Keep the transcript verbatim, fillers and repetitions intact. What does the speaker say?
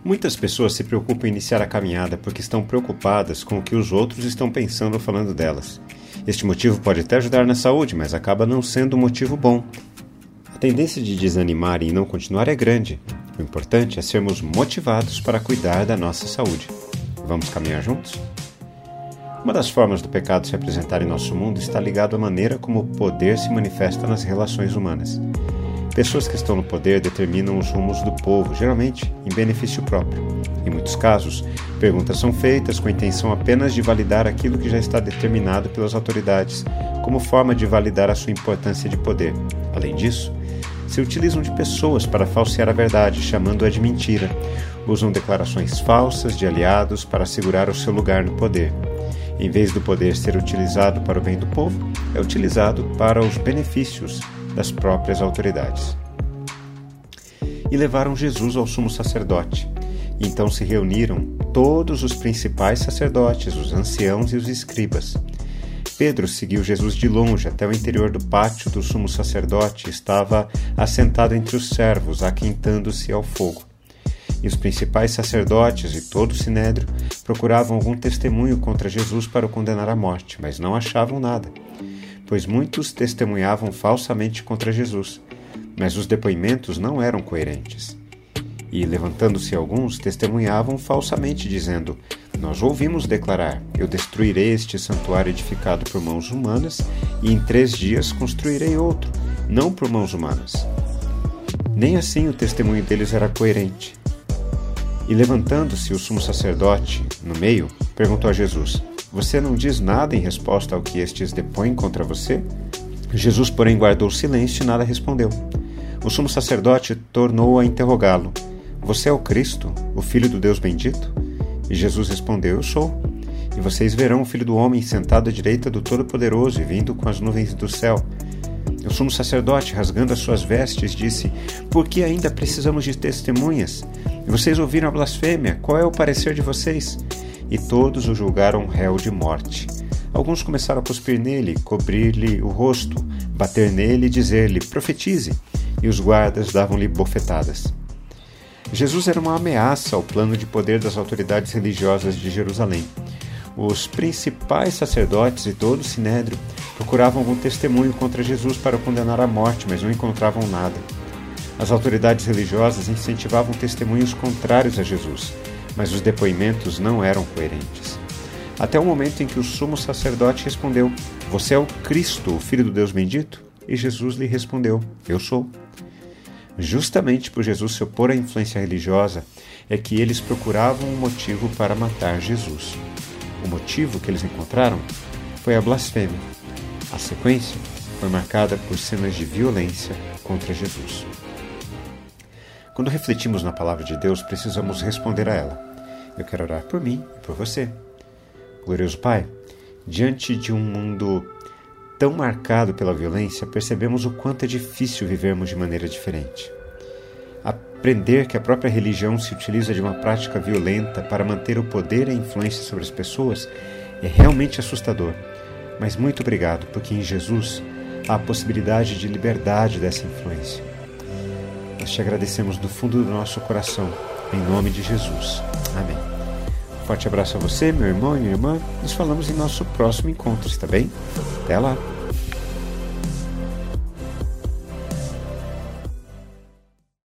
Muitas pessoas se preocupam em iniciar a caminhada porque estão preocupadas com o que os outros estão pensando ou falando delas. Este motivo pode até ajudar na saúde, mas acaba não sendo um motivo bom. A tendência de desanimar e não continuar é grande. O importante é sermos motivados para cuidar da nossa saúde. Vamos caminhar juntos? Uma das formas do pecado se apresentar em nosso mundo está ligado à maneira como o poder se manifesta nas relações humanas. Pessoas que estão no poder determinam os rumos do povo, geralmente em benefício próprio. Em muitos casos, perguntas são feitas com a intenção apenas de validar aquilo que já está determinado pelas autoridades, como forma de validar a sua importância de poder. Além disso, se utilizam de pessoas para falsear a verdade, chamando-a de mentira. Usam declarações falsas de aliados para assegurar o seu lugar no poder. Em vez do poder ser utilizado para o bem do povo, é utilizado para os benefícios das próprias autoridades. E levaram Jesus ao sumo sacerdote. E então se reuniram todos os principais sacerdotes, os anciãos e os escribas. Pedro seguiu Jesus de longe até o interior do pátio do sumo sacerdote e estava assentado entre os servos, aquentando-se ao fogo. E os principais sacerdotes e todo o sinédrio procuravam algum testemunho contra Jesus para o condenar à morte, mas não achavam nada, pois muitos testemunhavam falsamente contra Jesus, mas os depoimentos não eram coerentes. E, levantando-se alguns, testemunhavam falsamente, dizendo: Nós ouvimos declarar, eu destruirei este santuário edificado por mãos humanas, e em três dias construirei outro, não por mãos humanas. Nem assim o testemunho deles era coerente. E levantando-se o sumo sacerdote, no meio, perguntou a Jesus: Você não diz nada em resposta ao que estes depõem contra você? Jesus, porém, guardou silêncio e nada respondeu. O sumo sacerdote tornou a interrogá-lo: Você é o Cristo, o Filho do Deus bendito? E Jesus respondeu: Eu sou. E vocês verão o Filho do Homem sentado à direita do Todo-Poderoso e vindo com as nuvens do céu. O sumo sacerdote, rasgando as suas vestes, disse: Por que ainda precisamos de testemunhas? Vocês ouviram a blasfêmia? Qual é o parecer de vocês? E todos o julgaram réu de morte. Alguns começaram a cuspir nele, cobrir-lhe o rosto, bater nele e dizer-lhe: Profetize! E os guardas davam-lhe bofetadas. Jesus era uma ameaça ao plano de poder das autoridades religiosas de Jerusalém. Os principais sacerdotes e todo o sinédrio procuravam algum testemunho contra Jesus para o condenar à morte, mas não encontravam nada. As autoridades religiosas incentivavam testemunhos contrários a Jesus, mas os depoimentos não eram coerentes. Até o momento em que o sumo sacerdote respondeu: Você é o Cristo, o Filho do Deus bendito? E Jesus lhe respondeu: Eu sou. Justamente por Jesus se opor à influência religiosa, é que eles procuravam um motivo para matar Jesus. O motivo que eles encontraram foi a blasfêmia. A sequência foi marcada por cenas de violência contra Jesus. Quando refletimos na palavra de Deus, precisamos responder a ela. Eu quero orar por mim e por você. Glorioso Pai, diante de um mundo tão marcado pela violência, percebemos o quanto é difícil vivermos de maneira diferente. Aprender que a própria religião se utiliza de uma prática violenta para manter o poder e a influência sobre as pessoas é realmente assustador. Mas muito obrigado, porque em Jesus há a possibilidade de liberdade dessa influência. Nós te agradecemos do fundo do nosso coração, em nome de Jesus. Amém. Forte abraço a você, meu irmão e minha irmã. Nos falamos em nosso próximo encontro, está bem? Até lá!